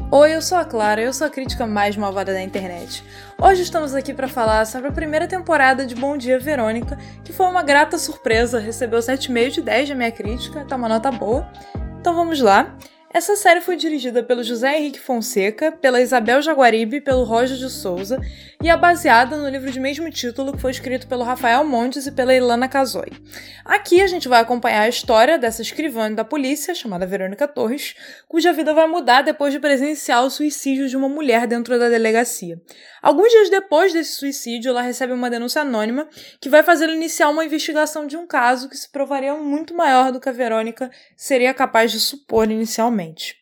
Oi, eu sou a Clara, eu sou a crítica mais malvada da internet. Hoje estamos aqui para falar sobre a primeira temporada de Bom Dia, Verônica, que foi uma grata surpresa, recebeu 7,5 de 10 da minha crítica, tá uma nota boa. Então vamos lá. Essa série foi dirigida pelo José Henrique Fonseca, pela Isabel Jaguaribe e pelo Roger de Souza, e é baseada no livro de mesmo título que foi escrito pelo Rafael Montes e pela Ilana Casoy. Aqui a gente vai acompanhar a história dessa escrivã da polícia, chamada Verônica Torres, cuja vida vai mudar depois de presenciar o suicídio de uma mulher dentro da delegacia. Alguns dias depois desse suicídio, ela recebe uma denúncia anônima que vai fazê-la iniciar uma investigação de um caso que se provaria muito maior do que a Verônica seria capaz de supor inicialmente.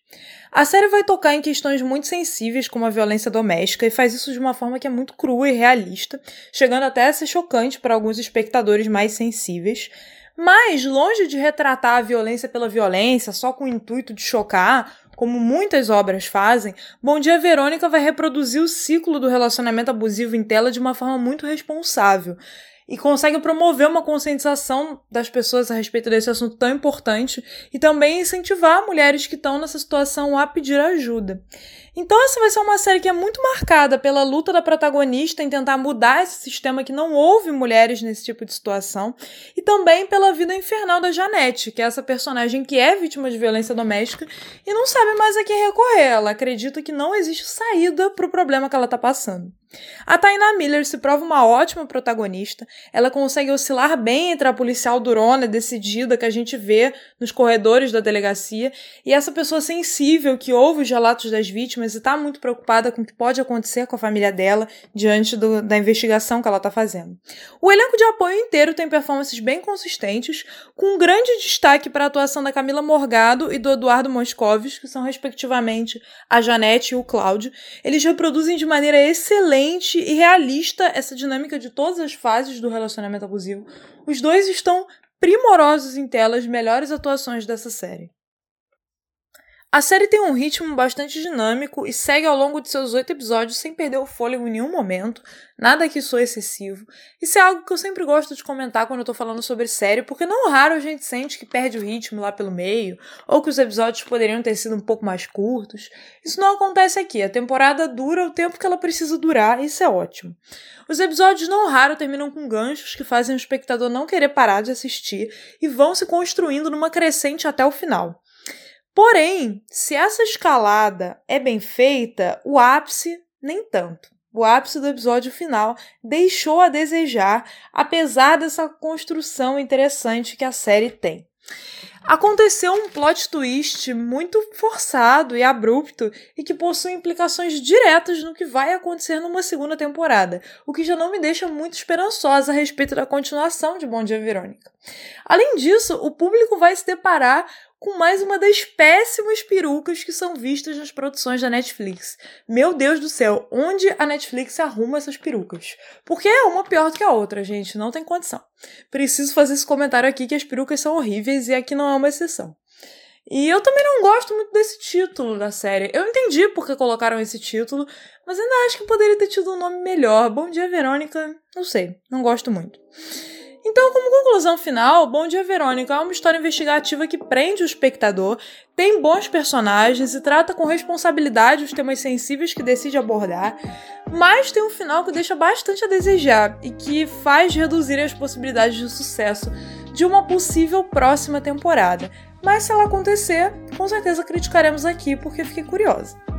A série vai tocar em questões muito sensíveis como a violência doméstica e faz isso de uma forma que é muito crua e realista, chegando até a ser chocante para alguns espectadores mais sensíveis. Mas, longe de retratar a violência pela violência, só com o intuito de chocar, como muitas obras fazem, Bom Dia, Verônica vai reproduzir o ciclo do relacionamento abusivo em tela de uma forma muito responsável e consegue promover uma conscientização das pessoas a respeito desse assunto tão importante e também incentivar mulheres que estão nessa situação a pedir ajuda. Então essa vai ser uma série que é muito marcada pela luta da protagonista em tentar mudar esse sistema que não ouve mulheres nesse tipo de situação e também pela vida infernal da Janete, que é essa personagem que é vítima de violência doméstica e não sabe mais a quem recorrer. Ela acredita que não existe saída para o problema que ela está passando. A Taina Miller se prova uma ótima protagonista, ela consegue oscilar bem entre a policial durona, decidida, que a gente vê nos corredores da delegacia, e essa pessoa sensível que ouve os relatos das vítimas e está muito preocupada com o que pode acontecer com a família dela diante da investigação que ela está fazendo. O elenco de apoio inteiro tem performances bem consistentes, com um grande destaque para a atuação da Camila Morgado e do Eduardo Moscovis, que são respectivamente a Janete e o Cláudio. Eles reproduzem de maneira excelente e realista essa dinâmica de todas as fases do relacionamento abusivo. Os dois estão primorosos em tela, as melhores atuações dessa série. A série tem um ritmo bastante dinâmico e segue ao longo de seus 8 episódios sem perder o fôlego em nenhum momento, nada que soe excessivo. Isso é algo que eu sempre gosto de comentar quando eu tô falando sobre série, porque não raro a gente sente que perde o ritmo lá pelo meio, ou que os episódios poderiam ter sido um pouco mais curtos. Isso não acontece aqui, a temporada dura o tempo que ela precisa durar, e isso é ótimo. Os episódios não raro terminam com ganchos que fazem o espectador não querer parar de assistir e vão se construindo numa crescente até o final. Porém, se essa escalada é bem feita, o ápice nem tanto. O ápice do episódio final deixou a desejar, apesar dessa construção interessante que a série tem. Aconteceu um plot twist muito forçado e abrupto e que possui implicações diretas no que vai acontecer numa segunda temporada, o que já não me deixa muito esperançosa a respeito da continuação de Bom Dia, Verônica. Além disso, o público vai se deparar com mais uma das péssimas perucas que são vistas nas produções da Netflix. Meu Deus do céu, onde a Netflix arruma essas perucas? Porque é uma pior do que a outra, gente, não tem condição. Preciso fazer esse comentário aqui que as perucas são horríveis e aqui não é uma exceção. E eu também não gosto muito desse título da série. Eu entendi porque colocaram esse título, mas ainda acho que poderia ter tido um nome melhor. Bom Dia, Verônica, não sei, não gosto muito. Então, como conclusão final, Bom Dia, Verônica é uma história investigativa que prende o espectador, tem bons personagens e trata com responsabilidade os temas sensíveis que decide abordar, mas tem um final que deixa bastante a desejar e que faz reduzir as possibilidades de sucesso de uma possível próxima temporada. Mas se ela acontecer, com certeza criticaremos aqui porque fiquei curiosa.